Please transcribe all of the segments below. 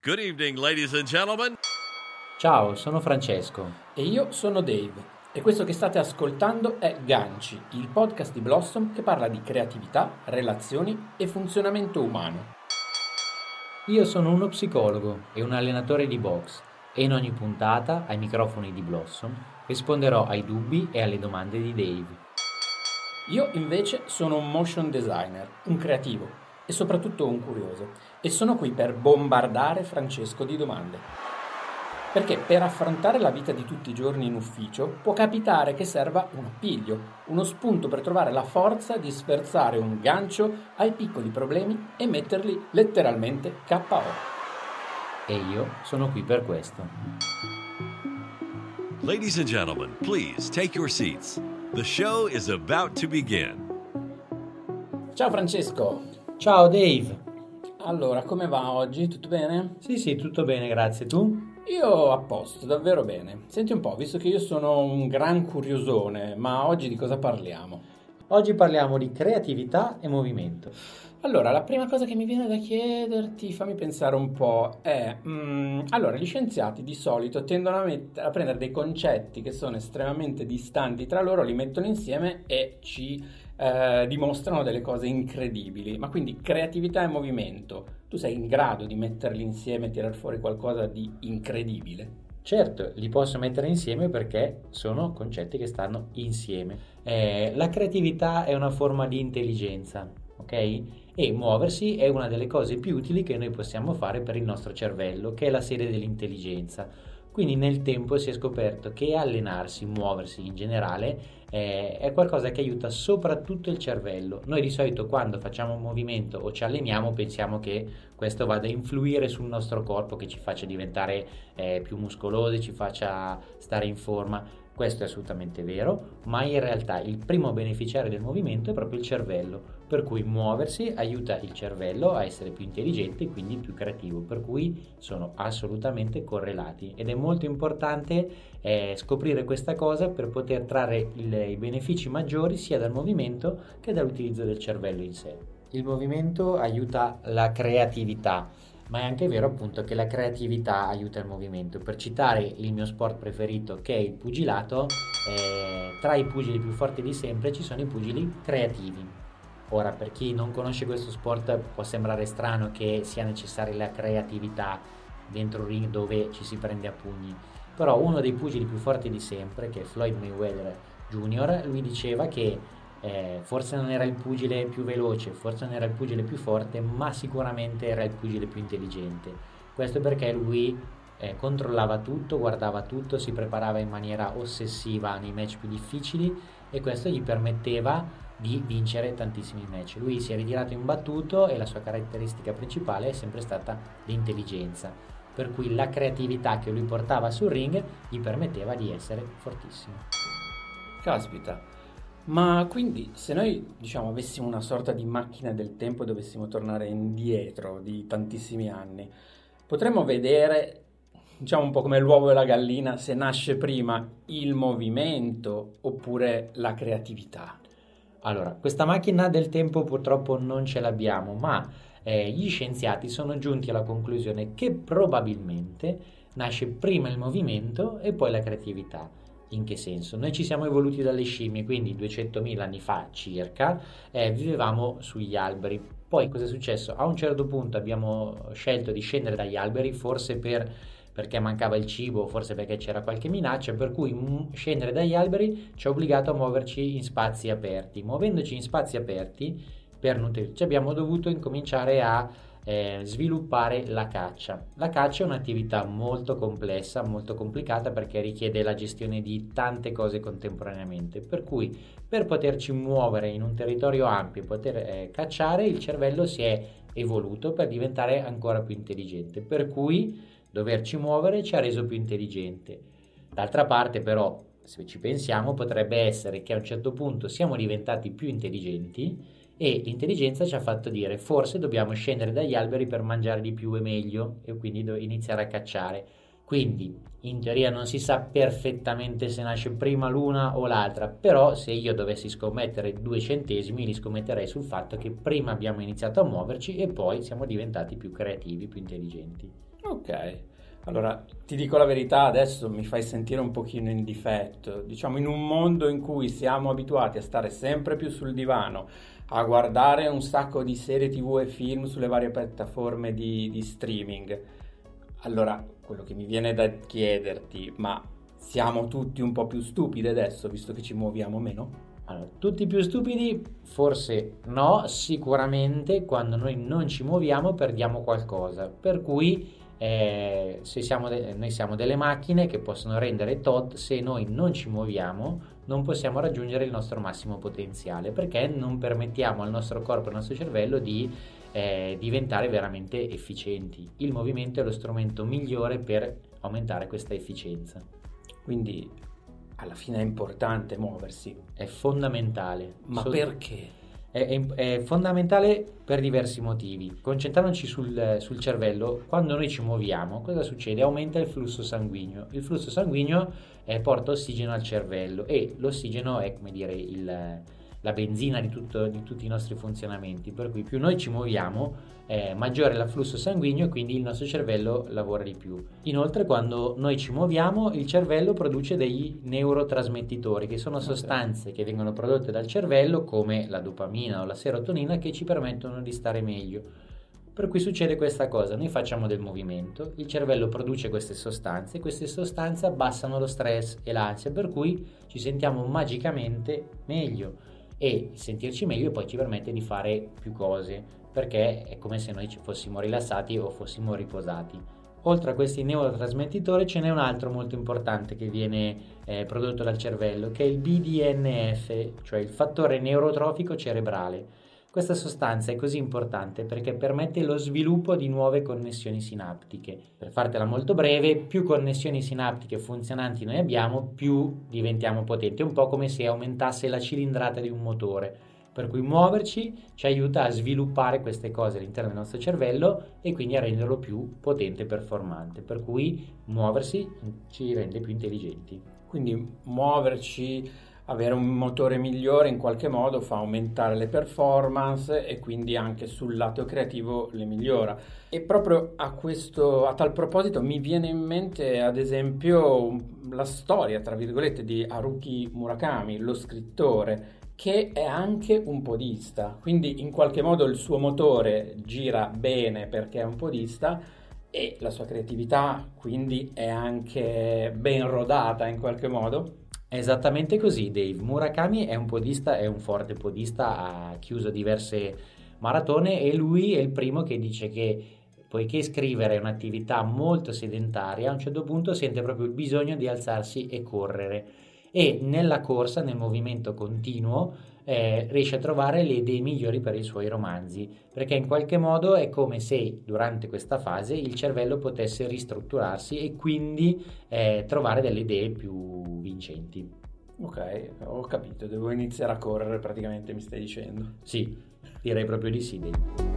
Good evening, ladies and gentlemen. Ciao, sono Francesco. E io sono Dave. E questo che state ascoltando è Ganci, il podcast di Blossom che parla di creatività, relazioni e funzionamento umano. Io sono uno psicologo e un allenatore di box e in ogni puntata, ai microfoni di Blossom, risponderò ai dubbi e alle domande di Dave. Io invece sono un motion designer, un creativo e soprattutto un curioso e sono qui per bombardare Francesco di domande. Perché per affrontare la vita di tutti i giorni in ufficio può capitare che serva un appiglio, uno spunto per trovare la forza di sferzare un gancio ai piccoli problemi e metterli letteralmente KO. E io sono qui per questo. Ladies and gentlemen, please take your seats. The show is about to begin. Ciao Francesco! Ciao Dave! Allora, come va oggi? Tutto bene? Sì, tutto bene, grazie. Tu? Io a posto, davvero bene. Senti un po', visto che io sono un gran curiosone, ma oggi di cosa parliamo? Oggi parliamo di creatività e movimento. Allora, la prima cosa che mi viene da chiederti, fammi pensare un po', è... allora, gli scienziati di solito tendono a prendere dei concetti che sono estremamente distanti tra loro, li mettono insieme e ci dimostrano delle cose incredibili. Ma quindi creatività e movimento, tu sei in grado di metterli insieme e tirar fuori qualcosa di incredibile? Certo, li posso mettere insieme perché sono concetti che stanno insieme. La creatività è una forma di intelligenza, ok? E muoversi è una delle cose più utili che noi possiamo fare per il nostro cervello, che è la sede dell'intelligenza. Quindi nel tempo si è scoperto che allenarsi, muoversi in generale è qualcosa che aiuta soprattutto il cervello. Noi di solito quando facciamo un movimento o ci alleniamo pensiamo che questo vada a influire sul nostro corpo, che ci faccia diventare più muscolosi, ci faccia stare in forma. Questo è assolutamente vero, ma in realtà il primo beneficiario del movimento è proprio il cervello, per cui muoversi aiuta il cervello a essere più intelligente e quindi più creativo, per cui sono assolutamente correlati ed è molto importante scoprire questa cosa per poter trarre i benefici maggiori sia dal movimento che dall'utilizzo del cervello in sé. Il movimento aiuta la creatività. Ma è anche vero appunto che la creatività aiuta il movimento. Per citare il mio sport preferito, che è il pugilato, tra i pugili più forti di sempre ci sono i pugili creativi. Ora, per chi non conosce questo sport può sembrare strano che sia necessaria la creatività dentro un ring dove ci si prende a pugni, però uno dei pugili più forti di sempre, che è Floyd Mayweather Jr., lui diceva che forse non era il pugile più veloce, forse non era il pugile più forte, ma sicuramente era il pugile più intelligente. Questo perché lui controllava tutto, guardava tutto, si preparava in maniera ossessiva nei match più difficili e questo gli permetteva di vincere tantissimi match. Lui si è ritirato imbattuto e la sua caratteristica principale è sempre stata l'intelligenza, per cui la creatività che lui portava sul ring gli permetteva di essere fortissimo. Caspita! Ma quindi se noi, avessimo una sorta di macchina del tempo e dovessimo tornare indietro di tantissimi anni, potremmo vedere, un po' come l'uovo e la gallina, se nasce prima il movimento oppure la creatività. Allora, questa macchina del tempo purtroppo non ce l'abbiamo, ma gli scienziati sono giunti alla conclusione che probabilmente nasce prima il movimento e poi la creatività. In che senso? Noi ci siamo evoluti dalle scimmie, quindi 200.000 anni fa circa, vivevamo sugli alberi. Poi cosa è successo? A un certo punto abbiamo scelto di scendere dagli alberi, forse perché mancava il cibo, forse perché c'era qualche minaccia, per cui scendere dagli alberi ci ha obbligato a muoverci in spazi aperti. Muovendoci in spazi aperti, per nutrirci, abbiamo dovuto incominciare a sviluppare la caccia. La caccia è un'attività molto complessa, molto complicata perché richiede la gestione di tante cose contemporaneamente, per cui per poterci muovere in un territorio ampio e poter cacciare, il cervello si è evoluto per diventare ancora più intelligente, per cui doverci muovere ci ha reso più intelligente. D'altra parte però, se ci pensiamo, potrebbe essere che a un certo punto siamo diventati più intelligenti e l'intelligenza ci ha fatto dire forse dobbiamo scendere dagli alberi per mangiare di più e meglio e quindi iniziare a cacciare. Quindi in teoria non si sa perfettamente se nasce prima l'una o l'altra, però se io dovessi scommettere 2 centesimi li scommetterei sul fatto che prima abbiamo iniziato a muoverci e poi siamo diventati più creativi, più intelligenti. Ok, allora ti dico la verità, adesso mi fai sentire un pochino in difetto. Diciamo, in un mondo in cui siamo abituati a stare sempre più sul divano, a guardare un sacco di serie TV e film sulle varie piattaforme di streaming, allora quello che mi viene da chiederti, ma siamo tutti un po' più stupidi adesso, visto che ci muoviamo meno? Allora, tutti più stupidi? Forse no, sicuramente quando noi non ci muoviamo perdiamo qualcosa, per cui noi siamo delle macchine che possono rendere tot, se noi non ci muoviamo non possiamo raggiungere il nostro massimo potenziale, perché non permettiamo al nostro corpo e al nostro cervello di diventare veramente efficienti. Il movimento è lo strumento migliore per aumentare questa efficienza. Quindi alla fine è importante muoversi. È fondamentale. Ma perché? È fondamentale per diversi motivi. Concentrandoci sul cervello, quando noi ci muoviamo, cosa succede? Aumenta il flusso sanguigno. Il flusso sanguigno porta ossigeno al cervello e l'ossigeno è, come dire, la benzina di tutti i nostri funzionamenti. Per cui più noi ci muoviamo, maggiore è l'afflusso sanguigno e quindi il nostro cervello lavora di più. Inoltre, quando noi ci muoviamo, il cervello produce dei neurotrasmettitori, che sono sostanze che vengono prodotte dal cervello, come la dopamina o la serotonina, che ci permettono di stare meglio. Per cui succede questa cosa: noi facciamo del movimento, il cervello produce queste sostanze abbassano lo stress e l'ansia, per cui ci sentiamo magicamente meglio, e sentirci meglio poi ci permette di fare più cose, perché è come se noi ci fossimo rilassati o fossimo riposati. Oltre a questi neurotrasmettitori ce n'è un altro molto importante che viene prodotto dal cervello, che è il BDNF, cioè il fattore neurotrofico cerebrale. Questa sostanza è così importante perché permette lo sviluppo di nuove connessioni sinaptiche. Per fartela molto breve, più connessioni sinaptiche funzionanti noi abbiamo, più diventiamo potenti. È un po' come se aumentasse la cilindrata di un motore. Per cui muoverci ci aiuta a sviluppare queste cose all'interno del nostro cervello e quindi a renderlo più potente e performante. Per cui muoversi ci rende più intelligenti. Quindi muoverci, avere un motore migliore in qualche modo fa aumentare le performance e quindi anche sul lato creativo le migliora. E proprio a tal proposito mi viene in mente ad esempio la storia, tra virgolette, di Haruki Murakami, lo scrittore, che è anche un podista, quindi in qualche modo il suo motore gira bene perché è un podista e la sua creatività quindi è anche ben rodata in qualche modo. È esattamente così, Dave. Murakami è un podista, è un forte podista, ha chiuso diverse maratone e lui è il primo che dice che, poiché scrivere è un'attività molto sedentaria, a un certo punto sente proprio il bisogno di alzarsi e correre, e nella corsa, nel movimento continuo, riesce a trovare le idee migliori per i suoi romanzi, perché in qualche modo è come se durante questa fase il cervello potesse ristrutturarsi e quindi trovare delle idee più vincenti. Ok, ho capito, devo iniziare a correre praticamente, mi stai dicendo. Sì, direi proprio di sì, Dave.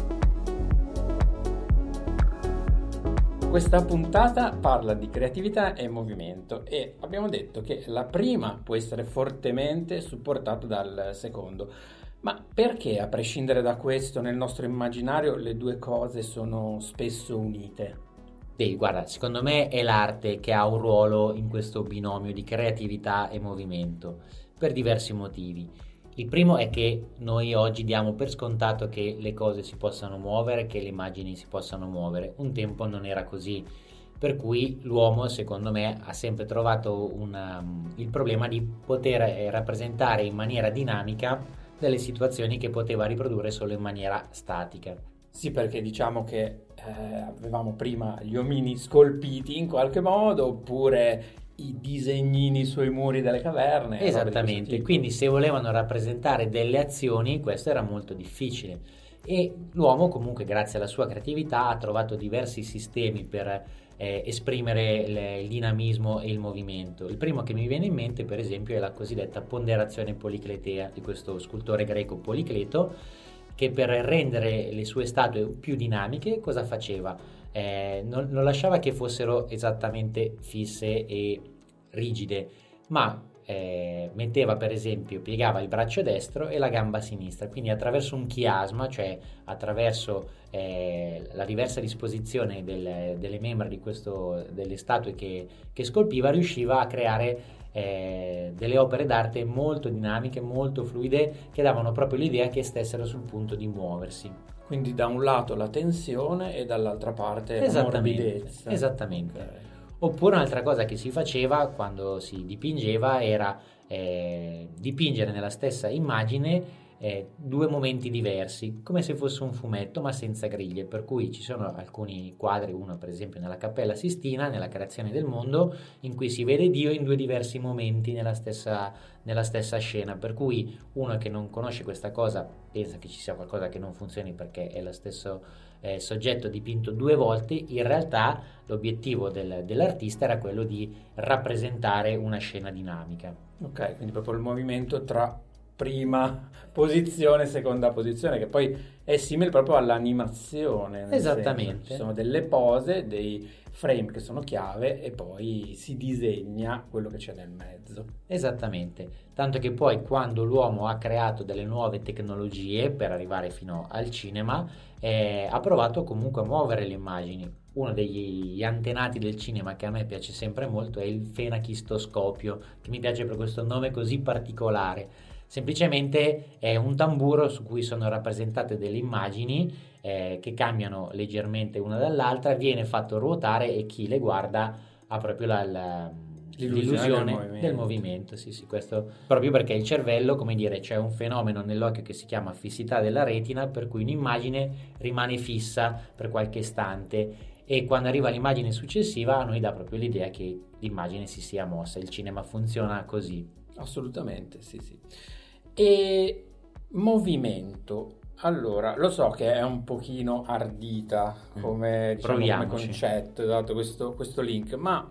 Questa puntata parla di creatività e movimento e abbiamo detto che la prima può essere fortemente supportata dal secondo. Ma perché, a prescindere da questo, nel nostro immaginario le due cose sono spesso unite? Guarda, secondo me è l'arte che ha un ruolo in questo binomio di creatività e movimento, per diversi motivi. Il primo è che noi oggi diamo per scontato che le cose si possano muovere, che le immagini si possano muovere. Un tempo non era così, per cui l'uomo, secondo me, ha sempre trovato il problema di poter rappresentare in maniera dinamica delle situazioni che poteva riprodurre solo in maniera statica. Sì, perché diciamo che avevamo prima gli omini scolpiti in qualche modo, oppure i disegnini sui muri delle caverne. Esattamente, quindi se volevano rappresentare delle azioni, questo era molto difficile. E l'uomo comunque, grazie alla sua creatività, ha trovato diversi sistemi per esprimere il dinamismo e il movimento. Il primo che mi viene in mente, per esempio, è la cosiddetta ponderazione policletea di questo scultore greco Policleto, che per rendere le sue statue più dinamiche cosa faceva? Non lasciava che fossero esattamente fisse e rigide, ma metteva per esempio, piegava il braccio destro e la gamba sinistra, quindi attraverso un chiasma, cioè attraverso la diversa disposizione delle membra delle statue che scolpiva, riusciva a creare delle opere d'arte molto dinamiche, molto fluide, che davano proprio l'idea che stessero sul punto di muoversi. Quindi da un lato la tensione e dall'altra parte la morbidezza. Esattamente. Okay. Oppure un'altra cosa che si faceva quando si dipingeva era dipingere nella stessa immagine due momenti diversi, come se fosse un fumetto ma senza griglie, per cui ci sono alcuni quadri, uno per esempio nella Cappella Sistina, nella creazione del mondo, in cui si vede Dio in due diversi momenti nella stessa scena, per cui uno che non conosce questa cosa pensa che ci sia qualcosa che non funzioni perché è lo stesso soggetto dipinto due volte. In realtà l'obiettivo dell'artista era quello di rappresentare una scena dinamica. Ok, quindi proprio il movimento tra prima posizione e seconda posizione, che poi è simile proprio all'animazione. Esattamente. Ci sono delle pose, dei frame che sono chiave e poi si disegna quello che c'è nel mezzo. Esattamente, tanto che poi quando l'uomo ha creato delle nuove tecnologie per arrivare fino al cinema, ha provato comunque a muovere le immagini. Uno degli antenati del cinema che a me piace sempre molto è il fenachistoscopio, che mi piace per questo nome così particolare. Semplicemente è un tamburo su cui sono rappresentate delle immagini che cambiano leggermente una dall'altra, viene fatto ruotare e chi le guarda ha proprio l'illusione del movimento. Sì, questo proprio perché il cervello, come dire, c'è un fenomeno nell'occhio che si chiama fissità della retina, per cui un'immagine rimane fissa per qualche istante e quando arriva l'immagine successiva a noi dà proprio l'idea che l'immagine si sia mossa. Il cinema funziona così. Assolutamente, sì. E movimento. Allora, lo so che è un pochino ardita come concetto, dato questo link, ma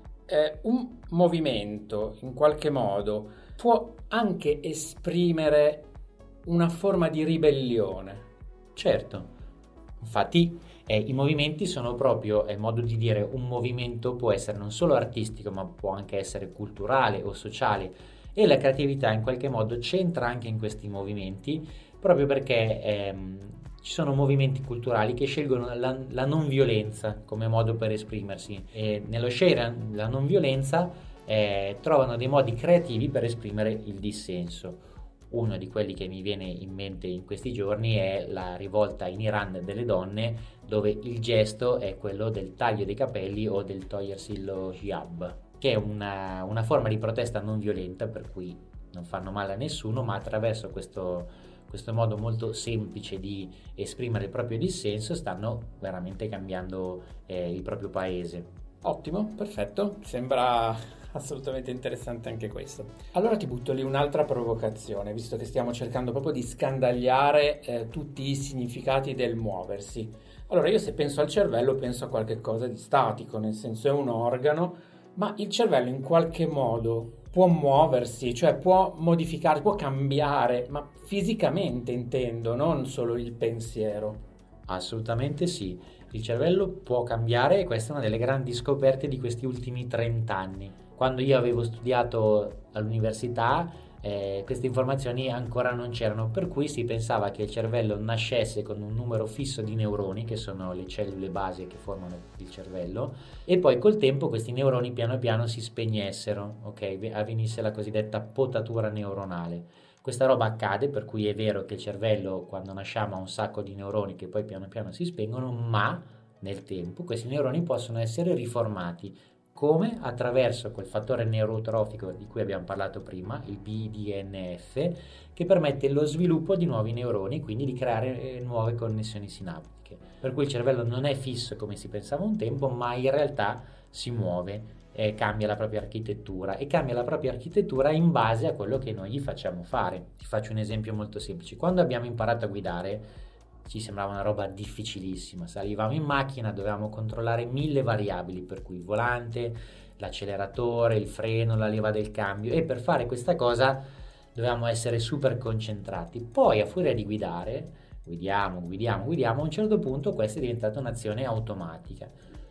un movimento in qualche modo può anche esprimere una forma di ribellione. Certo, infatti i movimenti sono proprio, modo di dire, un movimento può essere non solo artistico ma può anche essere culturale o sociale, e la creatività in qualche modo c'entra anche in questi movimenti, proprio perché ci sono movimenti culturali che scelgono la non violenza come modo per esprimersi, e nello scegliere la non violenza trovano dei modi creativi per esprimere il dissenso. Uno di quelli che mi viene in mente in questi giorni è la rivolta in Iran delle donne, dove il gesto è quello del taglio dei capelli o del togliersi lo hijab, che è una forma di protesta non violenta, per cui non fanno male a nessuno, ma attraverso questo modo molto semplice di esprimere il proprio dissenso stanno veramente cambiando il proprio paese. Ottimo, perfetto, sembra assolutamente interessante anche questo. Allora ti butto lì un'altra provocazione, visto che stiamo cercando proprio di scandagliare tutti i significati del muoversi. Allora io, se penso al cervello, penso a qualche cosa di statico, nel senso è un organo, ma il cervello in qualche modo può muoversi, cioè può modificare, può cambiare, ma fisicamente intendo, non solo il pensiero. Assolutamente sì, il cervello può cambiare e questa è una delle grandi scoperte di questi ultimi 30 anni. Quando io avevo studiato all'università queste informazioni ancora non c'erano, per cui si pensava che il cervello nascesse con un numero fisso di neuroni, che sono le cellule base che formano il cervello, e poi col tempo questi neuroni piano piano si spegnessero, ok? Avvenisse la cosiddetta potatura neuronale. Questa roba accade, per cui è vero che il cervello quando nasciamo ha un sacco di neuroni che poi piano piano si spengono, ma nel tempo questi neuroni possono essere riformati. Come? Attraverso quel fattore neurotrofico di cui abbiamo parlato prima, il BDNF, che permette lo sviluppo di nuovi neuroni, quindi di creare nuove connessioni sinaptiche. Per cui il cervello non è fisso come si pensava un tempo, ma in realtà si muove, cambia la propria architettura e cambia la propria architettura in base a quello che noi gli facciamo fare. Ti faccio un esempio molto semplice. Quando abbiamo imparato a guidare ci sembrava una roba difficilissima, salivamo in macchina, dovevamo controllare 1000 variabili, per cui il volante, l'acceleratore, il freno, la leva del cambio, e per fare questa cosa dovevamo essere super concentrati. Poi a furia di guidare, guidiamo, a un certo punto questa è diventata un'azione automatica.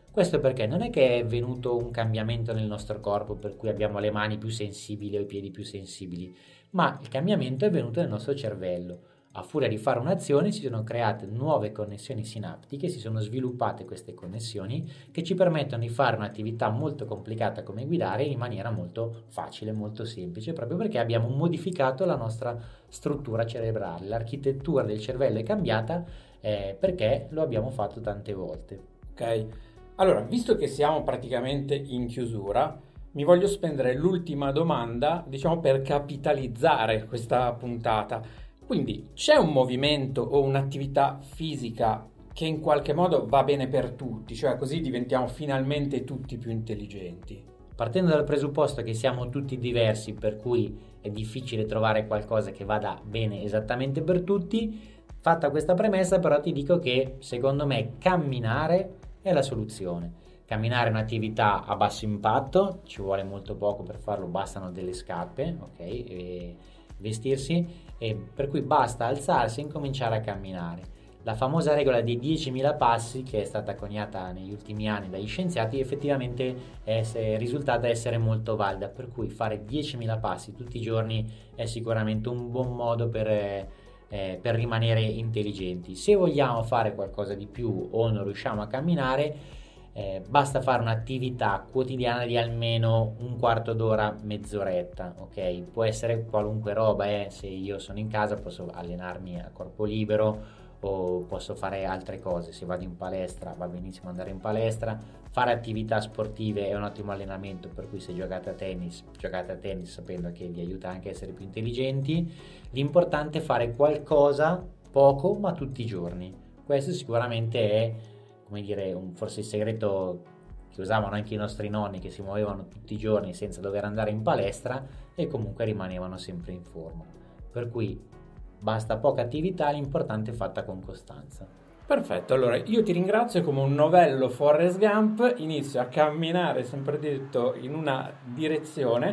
Questo perché non è che è venuto un cambiamento nel nostro corpo per cui abbiamo le mani più sensibili o i piedi più sensibili, ma il cambiamento è venuto nel nostro cervello. A furia di fare un'azione si sono create nuove connessioni sinaptiche, si sono sviluppate queste connessioni che ci permettono di fare un'attività molto complicata come guidare in maniera molto facile, molto semplice, proprio perché abbiamo modificato la nostra struttura cerebrale. L'architettura del cervello è cambiata perché lo abbiamo fatto tante volte. Ok? Allora, visto che siamo praticamente in chiusura, mi voglio spendere l'ultima domanda, diciamo, per capitalizzare questa puntata. Quindi c'è un movimento o un'attività fisica che in qualche modo va bene per tutti, cioè così diventiamo finalmente tutti più intelligenti? Partendo dal presupposto che siamo tutti diversi, per cui è difficile trovare qualcosa che vada bene esattamente per tutti, fatta questa premessa però ti dico che secondo me camminare è la soluzione. Camminare è un'attività a basso impatto, ci vuole molto poco per farlo, bastano delle scarpe, ok? E vestirsi, e per cui basta alzarsi e incominciare a camminare. La famosa regola dei 10.000 passi, che è stata coniata negli ultimi anni dagli scienziati, effettivamente è risultata essere molto valida, per cui fare 10.000 passi tutti i giorni è sicuramente un buon modo per rimanere intelligenti. Se vogliamo fare qualcosa di più o non riusciamo a camminare, basta fare un'attività quotidiana di almeno un quarto d'ora, mezz'oretta, ok? Può essere qualunque roba, se io sono in casa posso allenarmi a corpo libero o posso fare altre cose. Se vado in palestra va benissimo andare in palestra, fare attività sportive è un ottimo allenamento, per cui se giocate a tennis sapendo che vi aiuta anche a essere più intelligenti. L'importante è fare qualcosa, poco ma tutti i giorni. Questo sicuramente è, come dire, forse il segreto che usavano anche i nostri nonni, che si muovevano tutti i giorni senza dover andare in palestra e comunque rimanevano sempre in forma. Per cui basta poca attività, l'importante è fatta con costanza. Perfetto, allora io ti ringrazio. Come un novello Forrest Gump inizio a camminare sempre detto in una direzione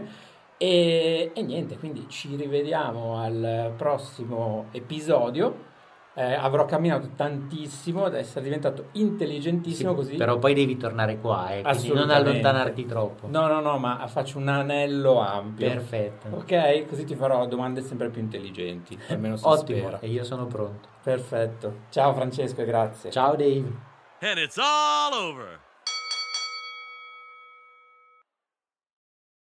e niente, quindi ci rivediamo al prossimo episodio. Avrò camminato tantissimo da essere diventato intelligentissimo, Sì, così. però poi devi tornare qua, quindi non allontanarti troppo. No, ma faccio un anello ampio. Perfetto. Ok, così ti farò domande sempre più intelligenti, almeno si Ottimo, spera. e io sono pronto. Perfetto. Ciao Francesco e grazie. Ciao Dave. And it's all over.